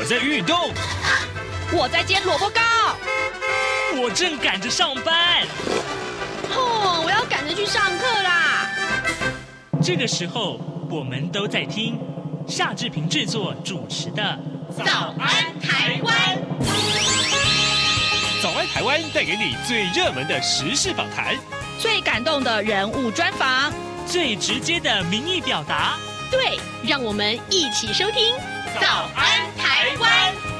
我在运动， 我在煎萝卜糕， 我正赶着上班。 我要赶着去上课啦。 这个时候，我们都在听夏志平制作主持的《 早安台湾》。 早安台湾带给你最热门的时事访谈， 最感动的人物专访， 最直接的民意表达。 对，让我们一起收听《早安台湾》。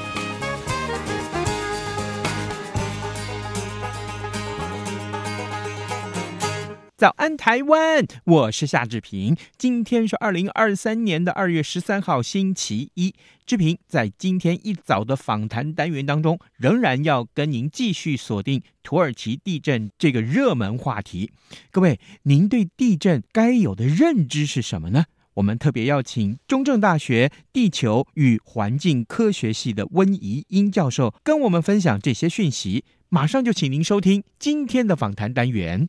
早安台湾，我是夏志平。今天是2023年的2月13号星期一。志平在今天一早的访谈单元当中，仍然要跟您继续锁定土耳其地震这个热门话题。各位，您对地震该有的认知是什么呢？我们特别邀请中正大学地球与环境科学系的温怡英教授跟我们分享这些讯息。马上就请您收听今天的访谈单元。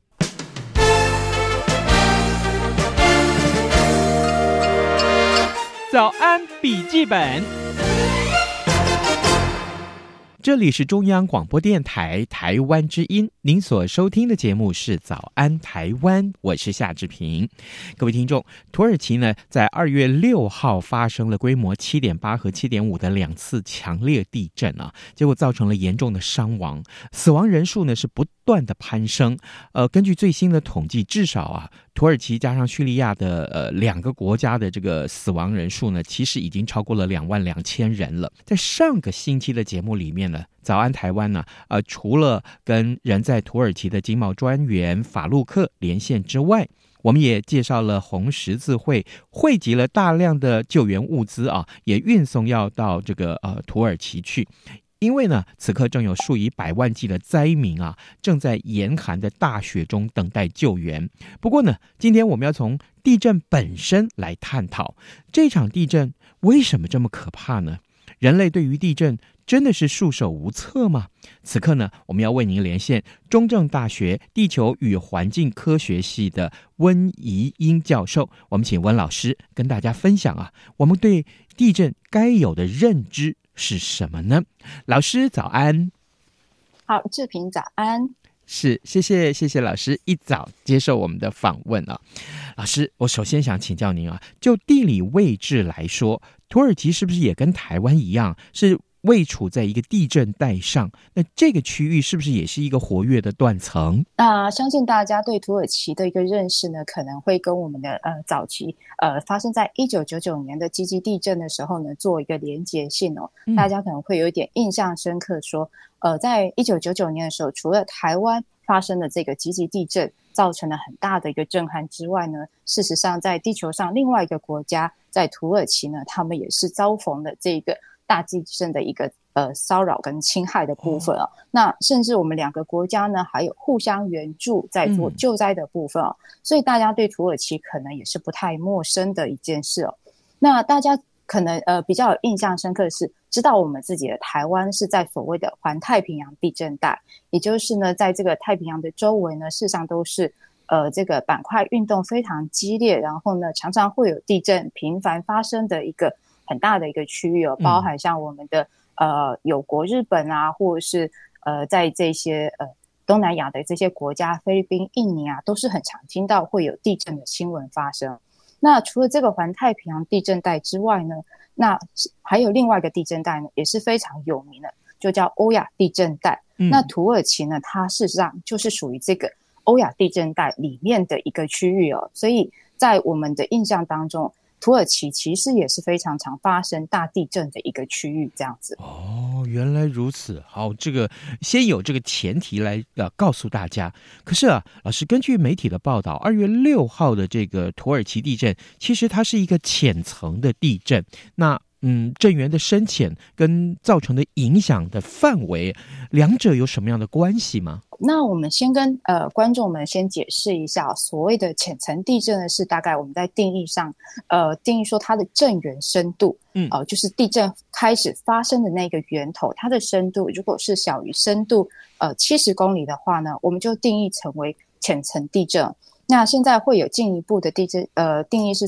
早安笔记本，这里是中央广播电台台湾之音，您所收听的节目是早安台湾，我是夏志平。各位听众，土耳其呢在2月6号发生了规模 7.8 和 7.5 的2次强烈地震啊，结果造成了严重的伤亡，死亡人数呢是不断的攀升。根据最新的统计，至少土耳其加上叙利亚的两个国家的这个死亡人数呢，其实已经超过了22000人了。在上个星期的节目里面呢，早安台湾呢，除了跟人在土耳其的经贸专员法路克连线之外，我们也介绍了红十字会汇集了大量的救援物资也运送要到这个土耳其去。因为呢，此刻正有数以百万计的灾民正在严寒的大雪中等待救援。不过呢，今天我们要从地震本身来探讨，这场地震为什么这么可怕呢？人类对于地震真的是束手无策吗？此刻呢，我们要为您连线中正大学地球与环境科学系的温怡英教授。我们请温老师跟大家分享我们对地震该有的认知是什么呢？老师早安。 好，志平早安。 是，谢谢老师一早接受我们的访问老师，我首先想请教您就地理位置来说，土耳其是不是也跟台湾一样是位处在一个地震带上？那这个区域是不是也是一个活跃的断层？ 相信大家对土耳其的一个认识呢，可能会跟我们的早期发生在1999年的积极地震的时候呢，做一个连结性大家可能会有一点印象深刻说，在1999年的时候，除了台湾发生的这个积极地震造成了很大的一个震撼之外呢，事实上在地球上另外一个国家在土耳其呢，他们也是遭逢了这个大地震的一个骚扰跟侵害的部分那甚至我们两个国家呢还有互相援助在做救灾的部分所以大家对土耳其可能也是不太陌生的一件事那大家可能比较有印象深刻的是，知道我们自己的台湾是在所谓的环太平洋地震带，也就是呢在这个太平洋的周围呢，事实上都是这个板块运动非常激烈，然后呢常常会有地震频繁发生的一个很大的一个区域包含像我们的友国日本或者是在这些东南亚的这些国家，菲律宾、印尼都是很常听到会有地震的新闻发生。那除了这个环太平洋地震带之外呢，那还有另外一个地震带呢，也是非常有名的，就叫欧亚地震带。那土耳其呢，它事实上就是属于这个欧亚地震带里面的一个区域所以在我们的印象当中，土耳其其实也是非常常发生大地震的一个区域这样子。 原来如此。好，这个先有这个前提来告诉大家。可是老师，根据媒体的报道，2月6号的这个土耳其地震，其实它是一个浅层的地震。那震源的深浅跟造成的影响的范围，两者有什么样的关系吗？ 那我们先跟观众们先解释一下，所谓的浅层地震呢，是大概我们在定义上定义说它的震源深度就是地震开始发生的那个源头，它的深度如果是小于深度70公里的话呢，我们就定义成为浅层地震。那现在会有进一步的地震定义是说，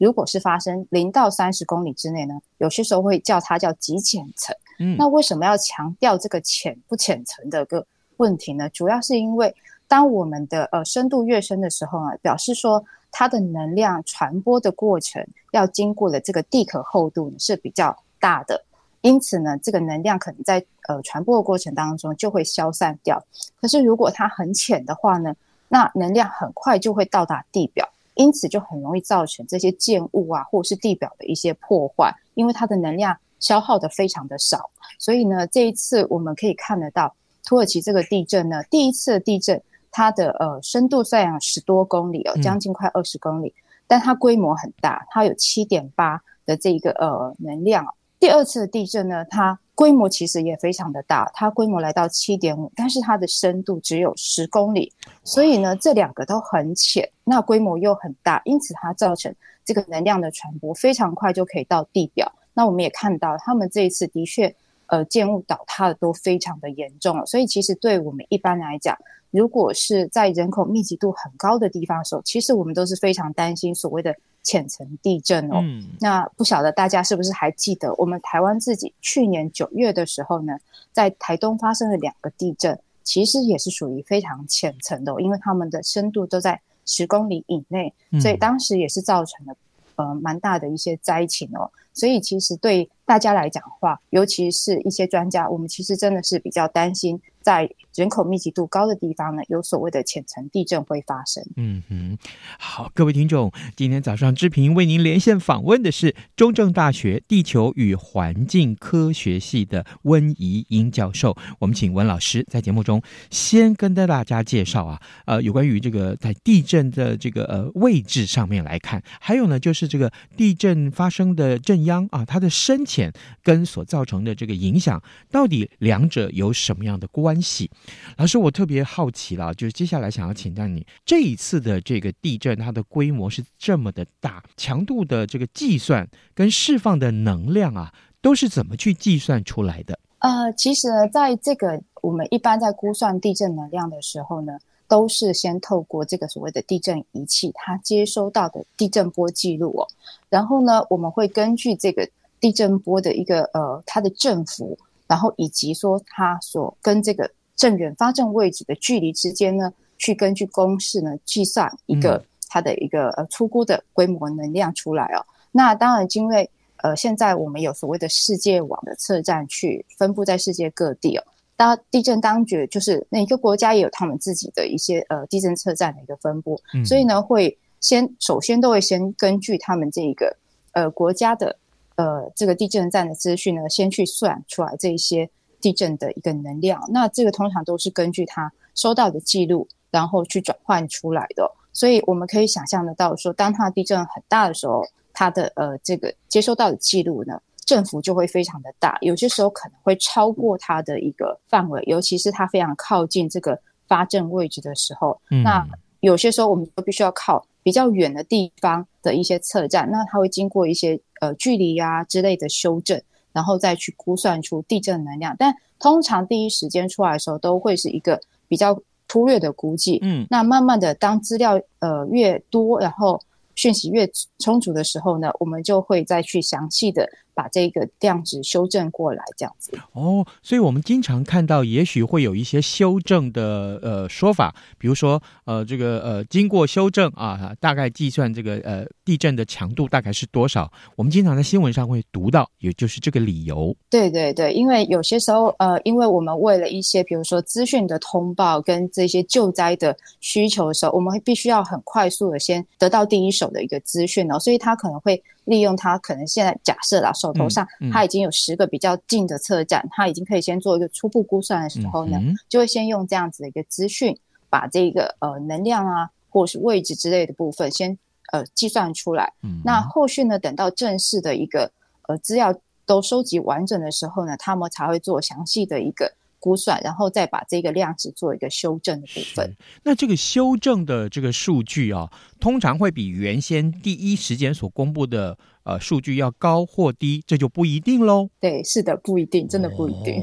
如果是发生0到30公里之内呢，有些时候会叫它叫极浅层。那为什么要强调这个浅不浅层的个问题呢？主要是因为当我们的深度越深的时候呢，表示说它的能量传播的过程要经过的这个地壳厚度呢是比较大的，因此呢这个能量可能在传播的过程当中就会消散掉。可是如果它很浅的话呢，那能量很快就会到达地表，因此就很容易造成这些建物啊或是地表的一些破坏，因为它的能量消耗的非常的少。所以呢这一次我们可以看得到土耳其这个地震呢，第一次的地震它的深度虽然有10多公里将近快20公里，但它规模很大，它有 7.8 的这个能量。第二次的地震呢，它规模其实也非常的大，它规模来到 7.5， 但是它的深度只有10公里，所以呢这两个都很浅，那规模又很大，因此它造成这个能量的传播非常快就可以到地表。那我们也看到他们这一次的确建物倒塌的都非常的严重了，所以其实对我们一般来讲，如果是在人口密集度很高的地方的时候，其实我们都是非常担心所谓的浅层地震哦。那不晓得大家是不是还记得我们台湾自己去年9月的时候呢，在台东发生了2个地震，其实也是属于非常浅层的因为他们的深度都在10公里以内，所以当时也是造成了蛮大的一些灾情哦。所以其实对大家来讲的话，尤其是一些专家，我们其实真的是比较担心在人口密集度高的地方呢，有所谓的浅层地震会发生。 好，各位听众，今天早上志平为您连线访问的是中正大学地球与环境科学系的温怡英教授。我们请温老师在节目中先跟大家介绍有关于这个在地震的这个位置上面来看，还有呢就是这个地震发生的震央它的深浅跟所造成的这个影响，到底两者有什么样的关系？老师，我特别好奇了，就是接下来想要请教你，这一次的这个地震它的规模是这么的大，强度的这个计算跟释放的能量都是怎么去计算出来的？ 其实呢，在这个我们一般在估算地震能量的时候呢，都是先透过这个所谓的地震仪器它接收到的地震波记录然后呢我们会根据这个地震波的一个它的振幅，然后以及说它所跟这个震源发震位置的距离之间呢，去根据公式呢计算一个它的一个粗估的规模能量出来那当然因为现在我们有所谓的世界网的测站去分布在世界各地地震当局就是每个国家也有他们自己的一些地震测站的一个分布，所以呢会首先都会先根据他们这个国家的这个地震站的资讯呢，先去算出来这一些地震的一个能量。那这个通常都是根据他收到的记录，然后去转换出来的所以我们可以想象得到说，当它地震很大的时候，它的这个接收到的记录呢，振幅就会非常的大，有些时候可能会超过它的一个范围，尤其是它非常靠近这个发震位置的时候那有些时候我们就必须要靠比较远的地方的一些测站，那它会经过一些距离之类的修正，然后再去估算出地震能量。但通常第一时间出来的时候都会是一个比较粗略的估计那慢慢的当资料越多，然后讯息越充足的时候呢，我们就会再去详细的把这个量值修正过来，这样子所以我们经常看到也许会有一些修正的说法，比如说这个经过修正大概计算这个地震的强度大概是多少，我们经常在新闻上会读到，也就是这个理由。 对对对，因为有些时候因为我们为了一些比如说资讯的通报跟这些救灾的需求的时候，我们必须要很快速的先得到第一手的一个资讯所以他可能会利用他可能现在假设手头上他已经有10个比较近的测站，他已经可以先做一个初步估算的时候呢就会先用这样子的一个资讯把这个能量或是位置之类的部分先计算出来那后续呢等到正式的一个资料都收集完整的时候呢，他们才会做详细的一个估算，然后再把这个量值做一个修正的部分。 那这个修正的这个数据通常会比原先第一时间所公布的数据要高或低，这就不一定咯。 对，是的，不一定，真的不一定。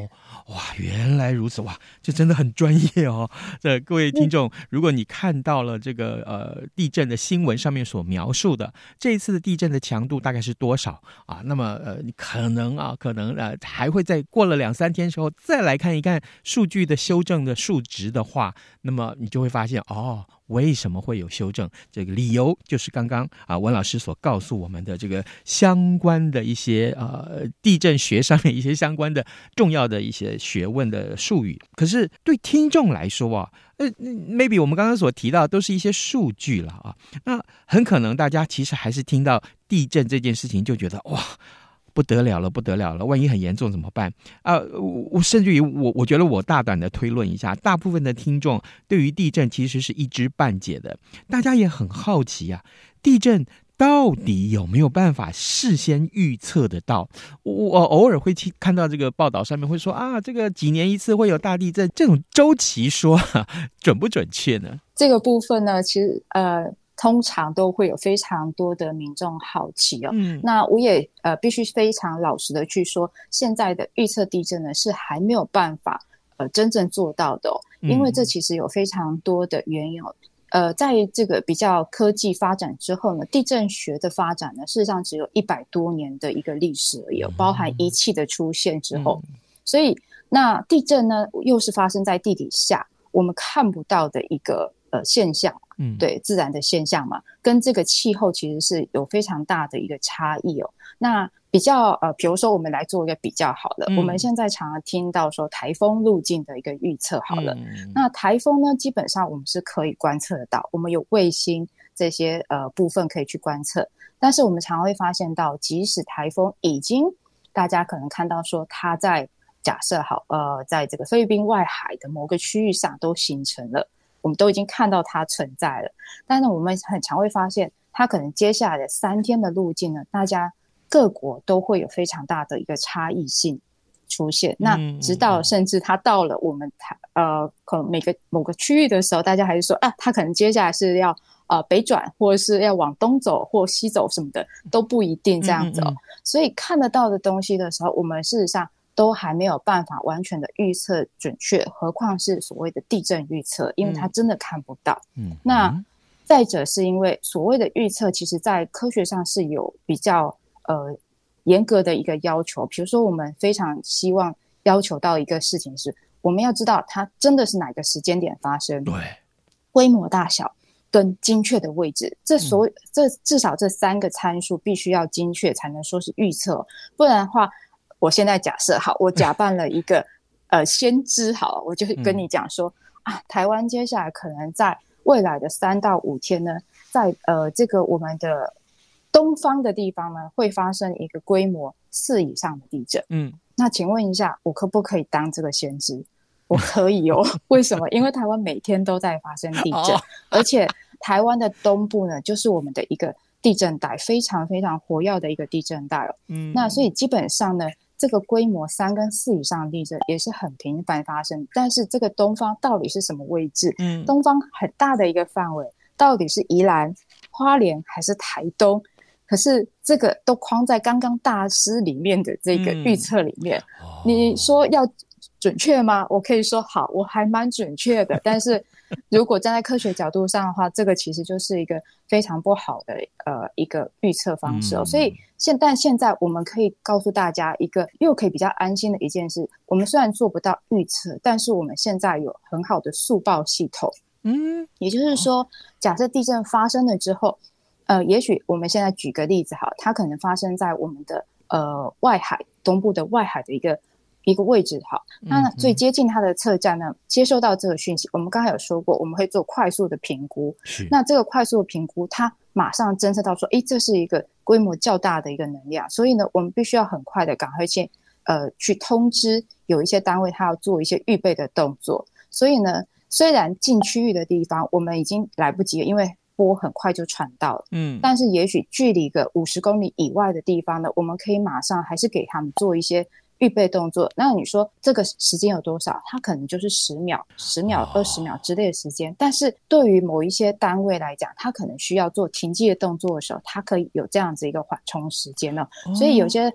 哇，原来如此，哇，这真的很专业哦。各位听众，如果你看到了这个地震的新闻上面所描述的这一次的地震的强度大概是多少啊？那么你可能还会再过了2-3天之后再来看一看数据的修正的数值的话，那么你就会发现为什么会有修正？这个理由就是刚刚文老师所告诉我们的这个相关的一些地震学上面一些相关的重要的一些学问的术语。可是对听众来说maybe 我们刚刚所提到都是一些数据了啊，那很可能大家其实还是听到地震这件事情就觉得哇，不得了了，万一很严重怎么办我甚至于我觉得我大胆的推论一下，大部分的听众对于地震其实是一知半解的。大家也很好奇地震到底有没有办法事先预测得到？我偶尔会看到这个报道上面会说这个几年一次会有大地震，这种周期说准不准确呢？ 这个部分呢，其实通常都会有非常多的民众好奇那我也必须非常老实的去说，现在的预测地震呢是还没有办法真正做到的因为这其实有非常多的原因在这个比较科技发展之后呢，地震学的发展呢，事实上只有100多年的一个历史而已包含仪器的出现之后所以那地震呢又是发生在地底下我们看不到的一个现象对自然的现象嘛，跟这个气候其实是有非常大的一个差异那比较比如说我们来做一个比较好了我们现在常常听到说台风路径的一个预测好了那台风呢基本上我们是可以观测得到，我们有卫星这些部分可以去观测，但是我们常会发现到即使台风已经大家可能看到说它在假设好在这个菲律宾外海的某个区域上都形成了，我们都已经看到它存在了，但是我们很常会发现它可能接下来的3天的路径呢，大家各国都会有非常大的一个差异性出现那直到甚至它到了我们可能某个区域的时候，大家还是说它可能接下来是要北转或者是要往东走或西走什么的都不一定这样子所以看得到的东西的时候，我们事实上都还没有办法完全的预测准确，何况是所谓的地震预测，因为它真的看不到那再者是因为所谓的预测其实在科学上是有比较严格的一个要求，比如说我们非常希望要求到一个事情是我们要知道它真的是哪个时间点发生，对，规模大小跟精确的位置，这至少这3个参数必须要精确才能说是预测，不然的话我现在假设好，我假扮了一个先知好，我就跟你讲说台湾接下来可能在未来的3到5天呢，在这个我们的东方的地方呢会发生一个规模4以上的地震那请问一下我可不可以当这个先知？我可以为什么？因为台湾每天都在发生地震而且台湾的东部呢就是我们的一个地震带，非常非常活跃的一个地震带那所以基本上呢这个规模3跟4以上的地震也是很频繁发生，但是这个东方到底是什么位置东方很大的一个范围到底是宜兰、花莲还是台东，可是这个都框在刚刚大师里面的这个预测里面你说要准确吗？我可以说好，我还蛮准确的但是如果站在科学角度上的话，这个其实就是一个非常不好的一个预测方式所以但现在我们可以告诉大家一个又可以比较安心的一件事，我们虽然做不到预测，但是我们现在有很好的速报系统也就是说假设地震发生了之后也许我们现在举个例子好，它可能发生在我们的外海东部的外海的一个位置好，那最接近它的测站呢接收到这个讯息，我们刚才有说过我们会做快速的评估那这个快速的评估它马上侦测到说这是一个规模较大的一个能量，所以呢我们必须要很快的赶快去通知有一些单位它要做一些预备的动作，所以呢虽然近区域的地方我们已经来不及了，因为波很快就传到了但是也许距离个50公里以外的地方呢，我们可以马上还是给他们做一些预备动作，那你说这个时间有多少？它可能就是10秒、10秒、20秒之类的时间但是对于某一些单位来讲，它可能需要做停机的动作的时候，它可以有这样子一个缓冲时间所以有些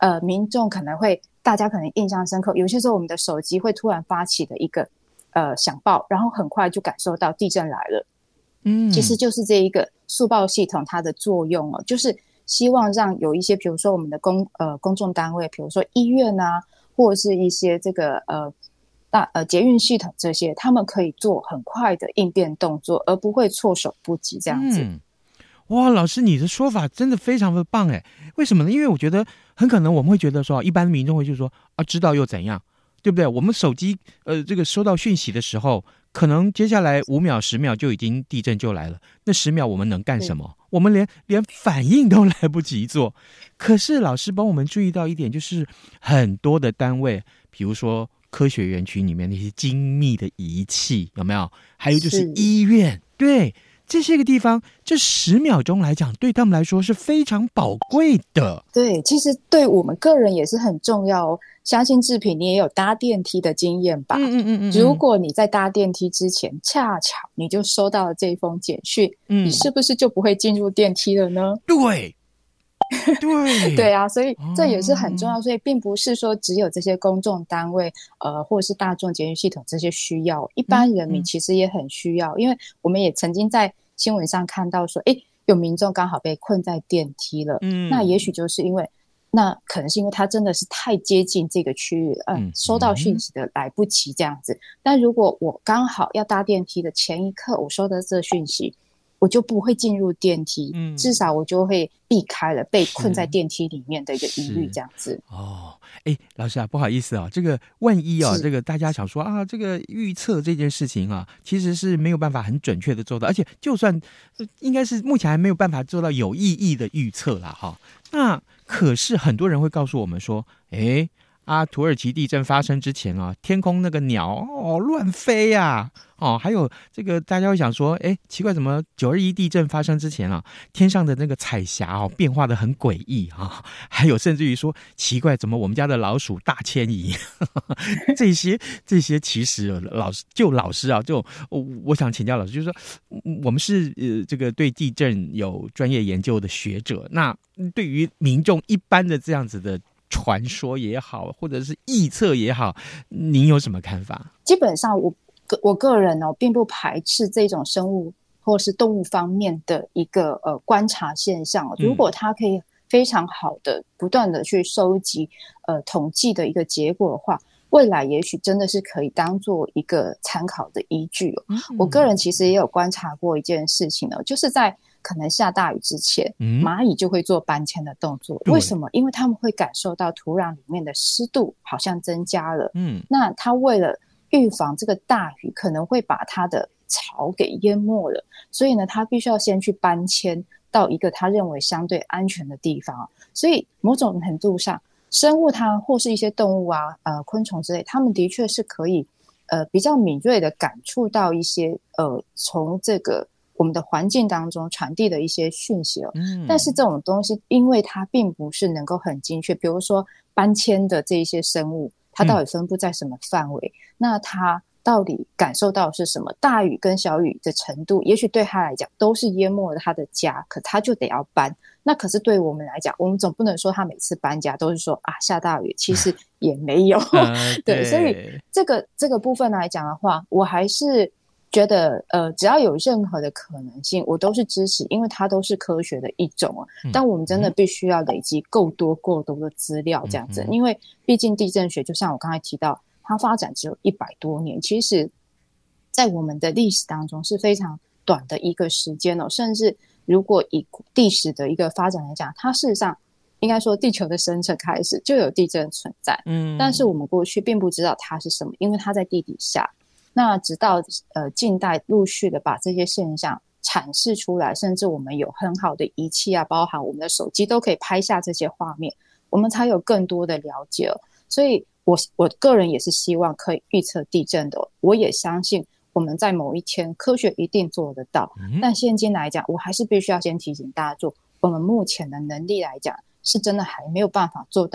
民众可能会大家可能印象深刻，有些时候我们的手机会突然发起的一个响报，然后很快就感受到地震来了。其实就是这一个速报系统它的作用哦，就是希望让有一些比如说我们的公众单位，比如说医院啊，或者是一些这个捷运系统这些，他们可以做很快的应变动作，而不会措手不及这样子。 哇，老师你的说法真的非常的棒诶，为什么呢？因为我觉得很可能我们会觉得说，一般民众会就说啊，知道又怎样，对不对？我们手机这个收到讯息的时候，可能接下来5秒10秒就已经地震就来了，那10秒我们能干什么？我们连反应都来不及做。可是老师帮我们注意到一点，就是很多的单位，比如说科学园区里面那些精密的仪器，有没有？还有就是医院，对。这些个地方，这10秒钟来讲，对他们来说是非常宝贵的。 对，其实对我们个人也是很重要哦。相信志平你也有搭电梯的经验吧？如果你在搭电梯之前，恰巧你就收到了这封简讯，你是不是就不会进入电梯了呢？ 对。 对啊，所以这也是很重要。所以并不是说只有这些公众单位或者是大众捷运系统这些需要，一般人民其实也很需要。因为我们也曾经在新闻上看到说，有民众刚好被困在电梯了，那也许就是因为那可能是因为他真的是太接近这个区域了，收到讯息的来不及这样子。但如果我刚好要搭电梯的前一刻我收到这讯息，我就不会进入电梯，至少我就会避开了被困在电梯里面的一个疑虑这样子。 老师啊，不好意思啊，这个万一啊，这个大家想说啊，这个预测这件事情啊，其实是没有办法很准确的做到，而且就算应该是目前还没有办法做到有意义的预测啦哈。那可是很多人会告诉我们说，土耳其地震发生之前啊，天空那个鸟乱飞啊，还有这个大家会想说，奇怪，怎么921地震发生之前啊，天上的那个彩霞变化的很诡异啊，还有甚至于说奇怪，怎么我们家的老鼠大迁移，这些其实老师啊，就我想请教老师，就是说我们是这个对地震有专业研究的学者，那对于民众一般的这样子的传说也好，或者是臆测也好，您有什么看法？ 基本上我个人并不排斥这种生物或是动物方面的一个观察现象。如果它可以非常好的不断的去收集统计的一个结果的话，未来也许真的是可以当做一个参考的依据我个人其实也有观察过一件事情就是在可能下大雨之前，蚂蚁就会做搬迁的动作。为什么？因为他们会感受到土壤里面的湿度好像增加了。那他为了预防这个大雨可能会把它的巢给淹没了，所以呢，他必须要先去搬迁到一个他认为相对安全的地方。所以某种程度上，生物它或是一些动物啊、昆虫之类，他们的确是可以比较敏锐的感触到一些从这个我们的环境当中传递的一些讯息但是这种东西因为它并不是能够很精确，比如说搬迁的这一些生物，它到底分布在什么范围，那它到底感受到是什么，大雨跟小雨的程度也许对它来讲都是淹没了它的家，可它就得要搬。那可是对我们来讲，我们总不能说他每次搬家都是说下大雨，其实也没有对，所以这个部分来讲的话，我还是觉得只要有任何的可能性我都是支持，因为它都是科学的一种但我们真的必须要累积够多的资料这样子因为毕竟地震学就像我刚才提到，它发展只有100多年，其实在我们的历史当中是非常短的一个时间甚至如果以地史的一个发展来讲，它事实上应该说地球的生成开始就有地震存在但是我们过去并不知道它是什么，因为它在地底下。那直到近代陆续的把这些现象阐释出来，甚至我们有很好的仪器包含我们的手机都可以拍下这些画面，我们才有更多的了解所以我个人也是希望可以预测地震的我也相信我们在某一天科学一定做得到但现今来讲，我还是必须要先提醒大家我们目前的能力来讲是真的还没有办法做到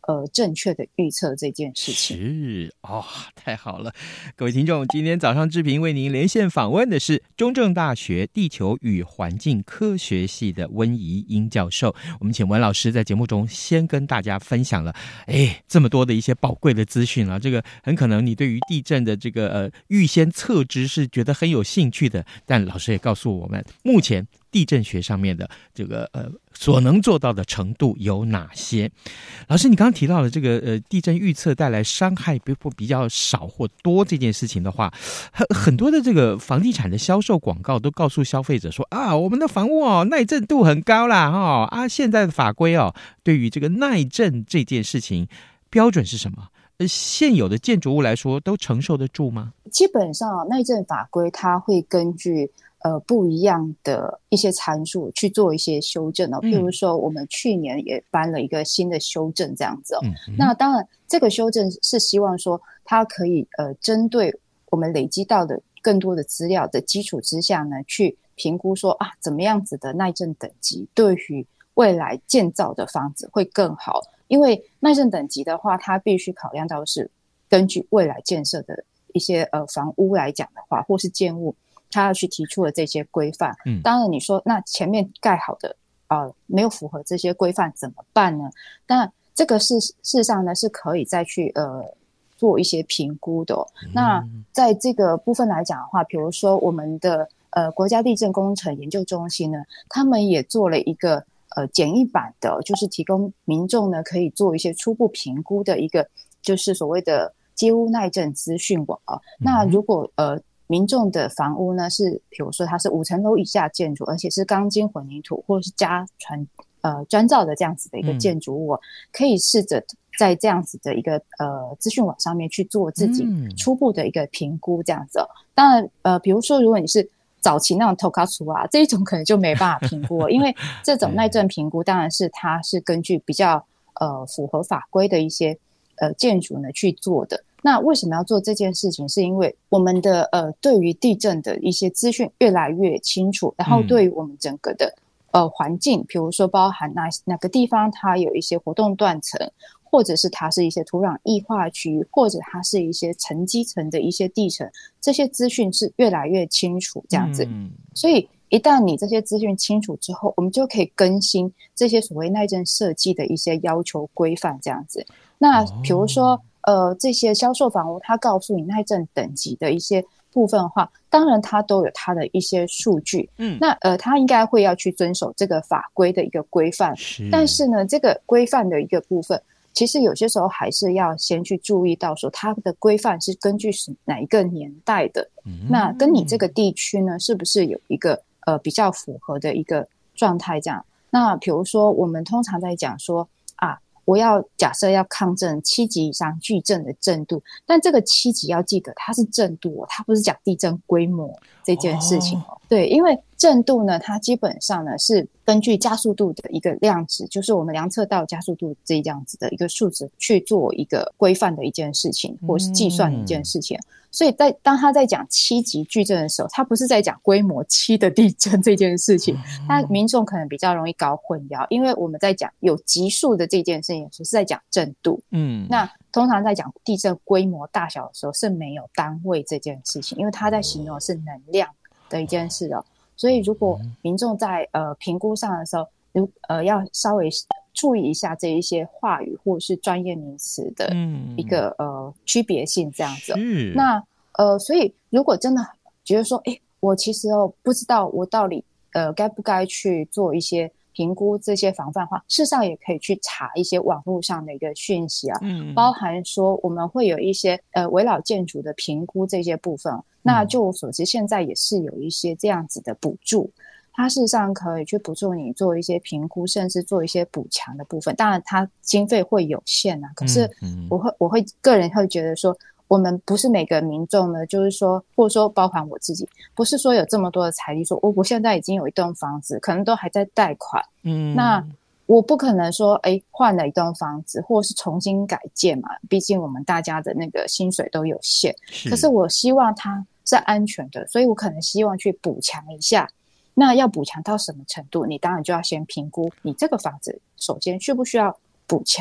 正确的预测这件事情。 是太好了，各位听众，今天早上志平为您连线访问的是中正大学地球与环境科学系的温怡英教授。我们请温老师在节目中先跟大家分享了这么多的一些宝贵的资讯了。这个很可能你对于地震的这个预先测知是觉得很有兴趣的，但老师也告诉我们，目前地震学上面的这个所能做到的程度有哪些？老师，你刚刚提到了这个地震预测带来伤害比较少或多这件事情的话，很多的这个房地产的销售广告都告诉消费者说我们的房屋耐震度很高啦现在的法规对于这个耐震这件事情标准是什么？现有的建筑物来说都承受得住吗？ 基本上耐震法规它会根据不一样的一些参数去做一些修正譬如说我们去年也颁了一个新的修正这样子那当然这个修正是希望说它可以针对我们累积到的更多的资料的基础之下呢，去评估说怎么样子的耐震等级对于未来建造的房子会更好。因为耐震等级的话，它必须考量到是根据未来建设的一些房屋来讲的话，或是建物他要去提出的这些规范当然你说那前面盖好的没有符合这些规范怎么办呢？当然这个事实上呢是可以再去做一些评估的那在这个部分来讲的话，比如说我们的国家地震工程研究中心呢，他们也做了一个简易版的，就是提供民众呢可以做一些初步评估的一个就是所谓的街屋耐震资讯网那如果民众的房屋呢是比如说它是5层楼以下建筑，而且是钢筋混凝土或是加砖造的这样子的一个建筑物可以试着在这样子的一个资讯网上面去做自己初步的一个评估这样子当然比如说如果你是早期那种头卡图这一种可能就没办法评估因为这种耐震评估当然是它是根据比较符合法规的一些建筑呢去做的。那为什么要做这件事情？是因为我们的对于地震的一些资讯越来越清楚，然后对于我们整个的环境，比如说包含哪个地方它有一些活动断层，或者是它是一些土壤异化区，或者它是一些沉积层的一些地层，这些资讯是越来越清楚这样子所以一旦你这些资讯清楚之后，我们就可以更新这些所谓耐震设计的一些要求规范这样子。那比如说这些销售房屋它告诉你耐震等级的一些部分的话，当然它都有它的一些数据那它应该会要去遵守这个法规的一个规范但是呢这个规范的一个部分其实有些时候还是要先去注意到说它的规范是根据哪一个年代的那跟你这个地区呢是不是有一个比较符合的一个状态这样。那比如说我们通常在讲说我要假设要抗震7级以上巨震的震度，但这个7级要记得它是震度它不是讲地震规模这件事情对，因为震度呢它基本上呢是根据加速度的一个量值，就是我们量测到加速度这样子的一个数值去做一个规范的一件事情，或是计算的一件事情所以当他在讲7级巨震的时候，他不是在讲规模7的地震这件事情那民众可能比较容易搞混淆，因为我们在讲有级数的这件事情是在讲震度那通常在讲地震规模大小的时候是没有单位这件事情，因为他在形容的是能量的一件事所以如果民众在评估上的时候要稍微注意一下这一些话语或者是专业名词的一个区别性这样子那所以如果真的觉得说我其实不知道我到底该不该去做一些评估这些防范化，事实上也可以去查一些网络上的一个讯息包含说我们会有一些围绕建筑的评估这些部分那就我所知现在也是有一些这样子的补助，它事实上可以去补助你做一些评估，甚至做一些补强的部分，当然它经费会有限可是我会个人会觉得说我们不是每个民众呢，就是说或者说包含我自己，不是说有这么多的财力说我现在已经有一栋房子可能都还在贷款那我不可能说换了一栋房子或是重新改建嘛，毕竟我们大家的那个薪水都有限可是我希望它是安全的，所以我可能希望去补强一下。那要补强到什么程度，你当然就要先评估你这个房子首先需不需要补强，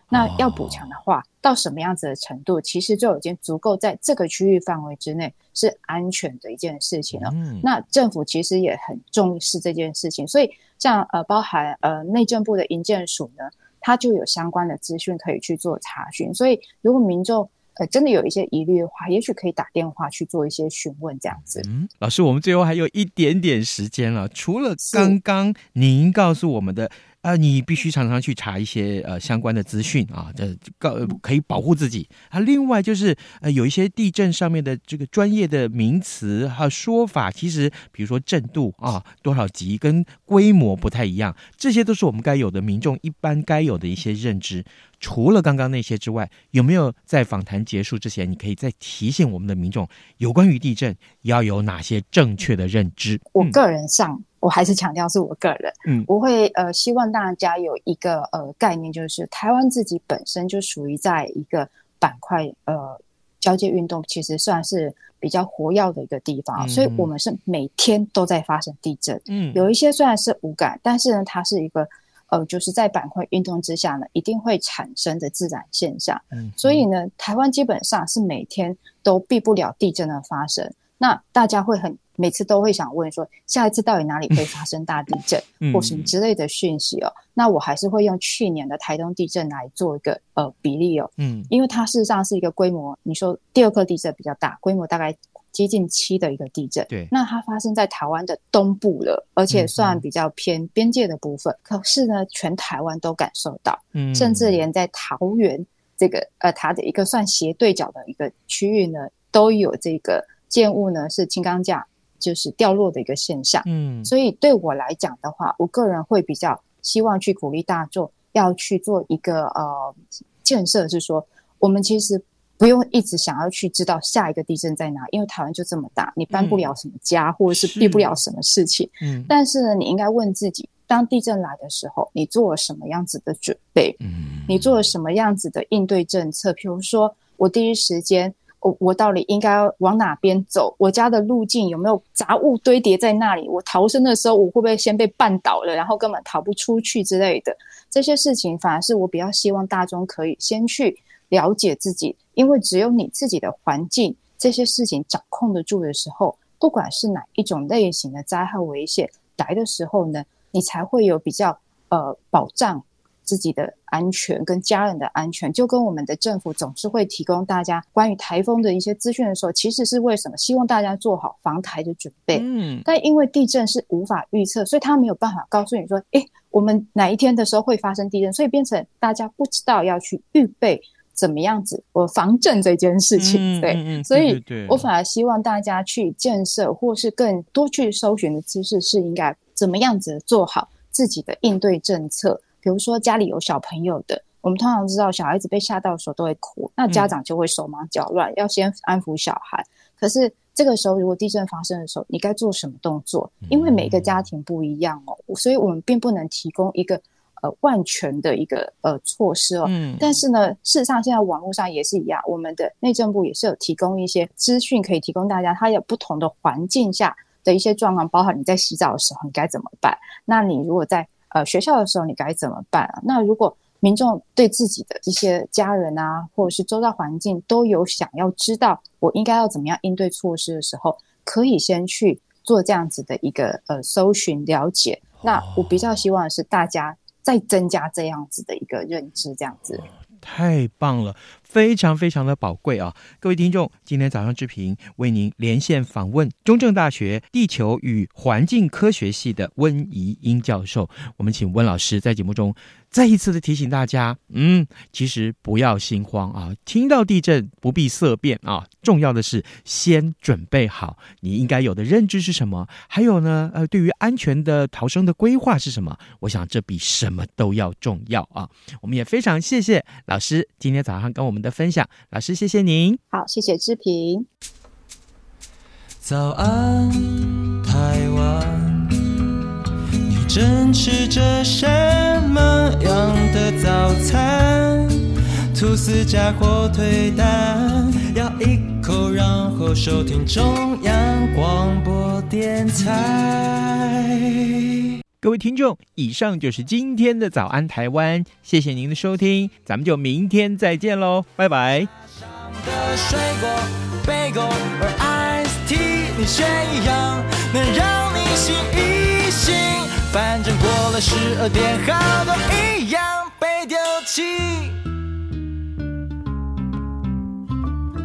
那要补强的话，到什么样子的程度，其实就已经足够在这个区域范围之内是安全的一件事情了。那政府其实也很重视这件事情，所以像包含内政部的营建署呢，它就有相关的资讯可以去做查询。所以如果民众真的有一些疑虑的话，也许可以打电话去做一些询问这样子。 老师，我们最后还有一点点时间了，除了刚刚您告诉我们的你必须常常去查一些相关的资讯啊，可以保护自己啊。另外就是有一些地震上面的这个专业的名词和说法，其实比如说震度啊多少级跟规模不太一样，这些都是我们该有的民众一般该有的一些认知。除了刚刚那些之外，有没有在访谈结束之前，你可以再提醒我们的民众有关于地震要有哪些正确的认知？ 我个人上我还是强调是我个人，我会希望大家有一个概念，就是台湾自己本身就属于在一个板块交界运动其实算是比较活跃的一个地方，所以我们是每天都在发生地震。有一些虽然是无感，但是呢它是一个就是在板块运动之下呢一定会产生的自然现象。所以呢台湾基本上是每天都避不了地震的发生。那大家会每次都会想问说，下一次到底哪里会发生大地震或什么之类的讯息哦。那我还是会用去年的台东地震来做一个比例哦。因为它事实上是一个规模，你说第二颗地震比较大，规模大概接近7的一个地震。对，那它发生在台湾的东部了，而且算比较偏边界的部分。可是呢，全台湾都感受到，甚至连在桃园这个它的一个算斜对角的一个区域呢，都有这个建物呢是轻钢架就是掉落的一个现象。所以对我来讲的话，我个人会比较希望去鼓励大众要去做一个建设，是说我们其实不用一直想要去知道下一个地震在哪，因为台湾就这么大，你搬不了什么家，或者是避不了什么事情。但是呢，你应该问自己，当地震来的时候，你做了什么样子的准备？你做了什么样子的应对政策？比如说，我第一时间我到底应该往哪边走？我家的路径有没有杂物堆叠在那里？我逃生的时候，我会不会先被绊倒了，然后根本逃不出去之类的？这些事情反而是我比较希望大众可以先去了解自己，因为只有你自己的环境这些事情掌控得住的时候，不管是哪一种类型的灾害危险来的时候呢，你才会有比较保障自己的安全跟家人的安全。就跟我们的政府总是会提供大家关于台风的一些资讯的时候，其实是为什么？希望大家做好防台的准备。但因为地震是无法预测，所以他没有办法告诉你说我们哪一天的时候会发生地震，所以变成大家不知道要去预备怎么样子防震这件事情。所以我反而希望大家去建设或是更多去搜寻的知识是应该怎么样子做好自己的应对政策。比如说家里有小朋友的，我们通常知道小孩子被吓到的时候都会哭，那家长就会手忙脚乱，要先安抚小孩。可是这个时候如果地震发生的时候，你该做什么动作？因为每个家庭不一样所以我们并不能提供一个万全的一个措施但是呢，事实上现在网络上也是一样，我们的内政部也是有提供一些资讯可以提供大家，它有不同的环境下的一些状况，包含你在洗澡的时候你该怎么办，那你如果在学校的时候你该怎么办那如果民众对自己的一些家人啊，或者是周遭环境都有想要知道我应该要怎么样应对措施的时候，可以先去做这样子的一个搜寻了解。那我比较希望的是大家再增加这样子的一个认知，这样子。 太棒了，非常非常的宝贵啊！各位听众，今天早上之平为您连线访问中正大学地球与环境科学系的温怡英教授。我们请温老师在节目中再一次的提醒大家，其实不要心慌啊，听到地震不必色变啊，重要的是先准备好你应该有的认知是什么，还有呢，对于安全的逃生的规划是什么，我想这比什么都要重要啊！我们也非常谢谢老师今天早上跟我们的分享，老师谢谢您。 好，谢谢志平。 早安台湾，你正吃着什么样的早餐？吐司加火腿蛋，咬一口然后收听中央广播电台。 各位听众，以上就是今天的早安台湾，谢谢您的收听，咱们就明天再见喽，拜拜。 的水果贝果而 iced tea 你却一样能让你醒一醒，反正过了12点好都一样被丢弃。